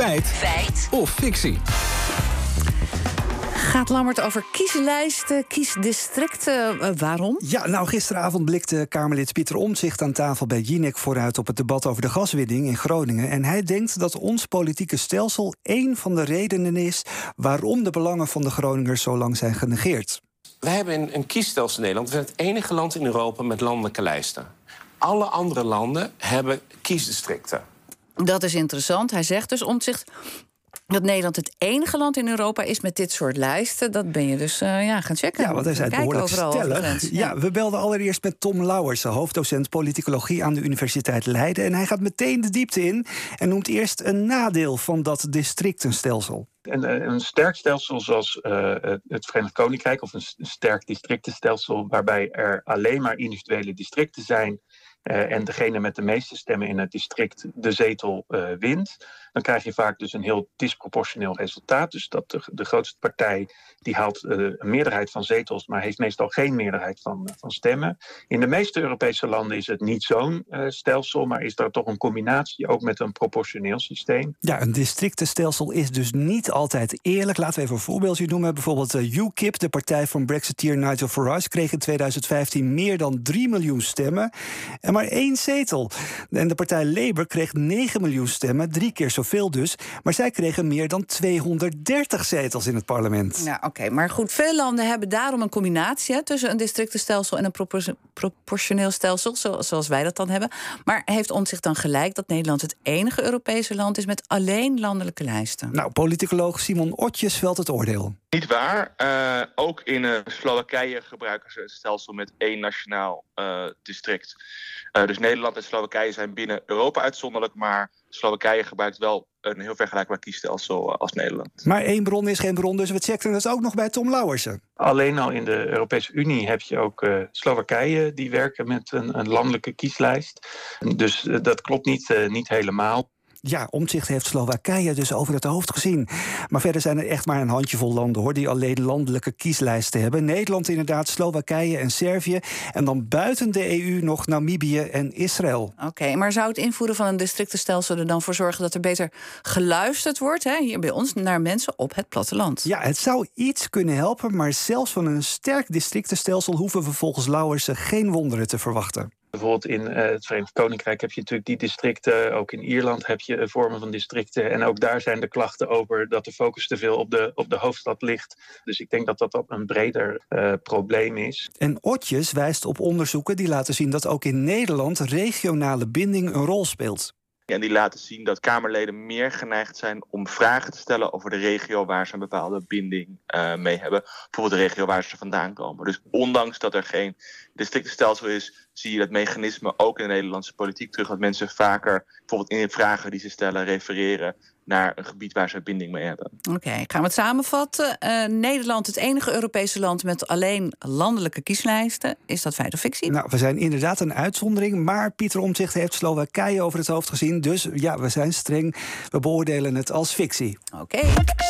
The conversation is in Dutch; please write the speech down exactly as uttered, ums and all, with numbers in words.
Feit. Feit. Of fictie. Gaat Lammert over kieslijsten, kiesdistricten? Uh, waarom? Ja, nou, gisteravond blikte Kamerlid Pieter Omtzigt aan tafel bij Jinek vooruit op het debat over de gaswinning in Groningen. En hij denkt dat ons politieke stelsel één van de redenen is waarom de belangen van de Groningers zo lang zijn genegeerd. Wij hebben een, een kiesstelsel in Nederland. We zijn het enige land in Europa met landelijke lijsten. Alle andere landen hebben kiesdistricten. Dat is interessant. Hij zegt dus Omtzigt dat Nederland het enige land in Europa is met dit soort lijsten. Dat ben je dus uh, ja, gaan checken. Ja, want hij zei het behoorlijk stellig. Ja, we belden allereerst met Tom Lauwersen, hoofddocent politicologie aan de Universiteit Leiden. En hij gaat meteen de diepte in en noemt eerst een nadeel van dat districtenstelsel. Een, een sterk stelsel zoals uh, het Verenigd Koninkrijk of een sterk districtenstelsel waarbij er alleen maar individuele districten zijn uh, en degene met de meeste stemmen in het district de zetel uh, wint, dan krijg je vaak dus een heel disproportioneel resultaat. Dus dat de, de grootste partij die haalt uh, een meerderheid van zetels, maar heeft meestal geen meerderheid van, uh, van stemmen. In de meeste Europese landen is het niet zo'n uh, stelsel, maar is er toch een combinatie ook met een proportioneel systeem. Ja, een districtenstelsel is dus niet altijd eerlijk. Laten we even een voorbeeldje noemen. Bijvoorbeeld uh, U KIP, de partij van Brexiteer Nigel Farage, kreeg in tweeduizend vijftien meer dan drie miljoen stemmen en maar één zetel. En de partij Labour kreeg negen miljoen stemmen, drie keer zoveel dus, maar zij kregen meer dan tweehonderddertig zetels in het parlement. Ja, oké, okay, maar goed, veel landen hebben daarom een combinatie hè, tussen een districtenstelsel en een propor- proportioneel stelsel, zo, zoals wij dat dan hebben. Maar heeft Omtzigt dan gelijk dat Nederland het enige Europese land is met alleen landelijke lijsten? Nou, politicoloog Simon Otjes velt het oordeel. Niet waar. Uh, ook in uh, Slowakije gebruiken ze het stelsel met één nationaal uh, district. Uh, dus Nederland en Slowakije zijn binnen Europa uitzonderlijk, maar Slowakije gebruikt wel een heel vergelijkbaar kiesstelsel als Nederland. Maar één bron is geen bron, dus we checken het ook nog bij Tom Lauwersen. Alleen al in de Europese Unie heb je ook uh, Slowakije die werken met een, een landelijke kieslijst. Dus uh, dat klopt niet, uh, niet helemaal. Ja, Omtzigt heeft Slowakije dus over het hoofd gezien. Maar verder zijn er echt maar een handjevol landen hoor die alleen landelijke kieslijsten hebben. Nederland inderdaad, Slowakije en Servië. En dan buiten de E U nog Namibië en Israël. Oké, okay, maar zou het invoeren van een districtenstelsel er dan voor zorgen dat er beter geluisterd wordt, hè, hier bij ons, naar mensen op het platteland? Ja, het zou iets kunnen helpen, maar zelfs van een sterk districtenstelsel hoeven we volgens Lauwersen geen wonderen te verwachten. Bijvoorbeeld in uh, het Verenigd Koninkrijk heb je natuurlijk die districten. Ook in Ierland heb je uh, vormen van districten. En ook daar zijn de klachten over dat de focus te veel op de, op de hoofdstad ligt. Dus ik denk dat dat een breder uh, probleem is. En Otjes wijst op onderzoeken die laten zien dat ook in Nederland regionale binding een rol speelt. En die laten zien dat Kamerleden meer geneigd zijn om vragen te stellen over de regio waar ze een bepaalde binding uh, mee hebben. Bijvoorbeeld de regio waar ze vandaan komen. Dus ondanks dat er geen districtenstelsel is, zie je dat mechanisme ook in de Nederlandse politiek terug. Dat mensen vaker bijvoorbeeld in de vragen die ze stellen refereren naar een gebied waar ze binding mee hebben. Oké, okay, gaan we het samenvatten. Uh, Nederland, het enige Europese land met alleen landelijke kieslijsten. Is dat feit of fictie? Nou, we zijn inderdaad een uitzondering, maar Pieter Omtzigt heeft Slowakije over het hoofd gezien. Dus ja, we zijn streng. We beoordelen het als fictie. Oké. Okay.